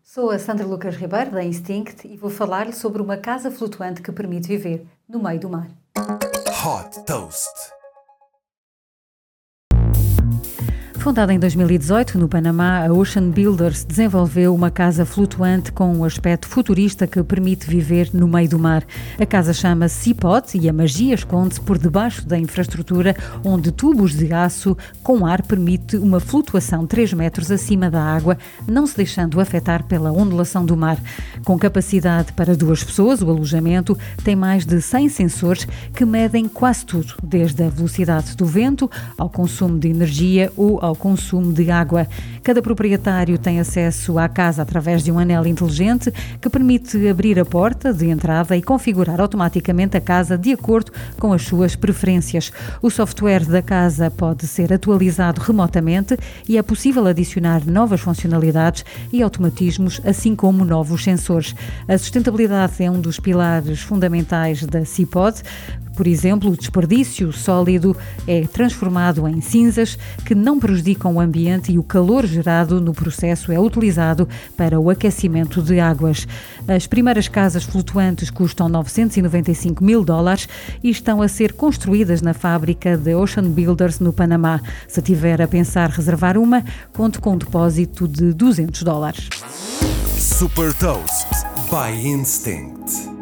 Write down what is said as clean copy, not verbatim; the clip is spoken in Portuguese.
Sou a Sandra Lucas Ribeiro, da Instinct, e vou falar-lhe sobre uma casa flutuante que permite viver no meio do mar. Hot Toast. Fundada em 2018 no Panamá, a Ocean Builders desenvolveu uma casa flutuante com um aspecto futurista que permite viver no meio do mar. A casa chama-se Seapod e a magia esconde-se por debaixo da infraestrutura, onde tubos de aço com ar permite uma flutuação 3 metros acima da água, não se deixando afetar pela ondulação do mar. Com capacidade para 2 pessoas, o alojamento tem mais de 100 sensores que medem quase tudo, desde a velocidade do vento ao consumo de energia ou ao consumo de água. Cada proprietário tem acesso à casa através de um anel inteligente que permite abrir a porta de entrada e configurar automaticamente a casa de acordo com as suas preferências. O software da casa pode ser atualizado remotamente e é possível adicionar novas funcionalidades e automatismos, assim como novos sensores. A sustentabilidade é um dos pilares fundamentais da Seapod. Por exemplo, o desperdício sólido é transformado em cinzas que não prejudicam o ambiente e o calor gerado no processo é utilizado para o aquecimento de águas. As primeiras casas flutuantes custam $995 mil e estão a ser construídas na fábrica da Ocean Builders no Panamá. Se tiver a pensar reservar uma, conte com um depósito de $200. Super Toast by Instinct.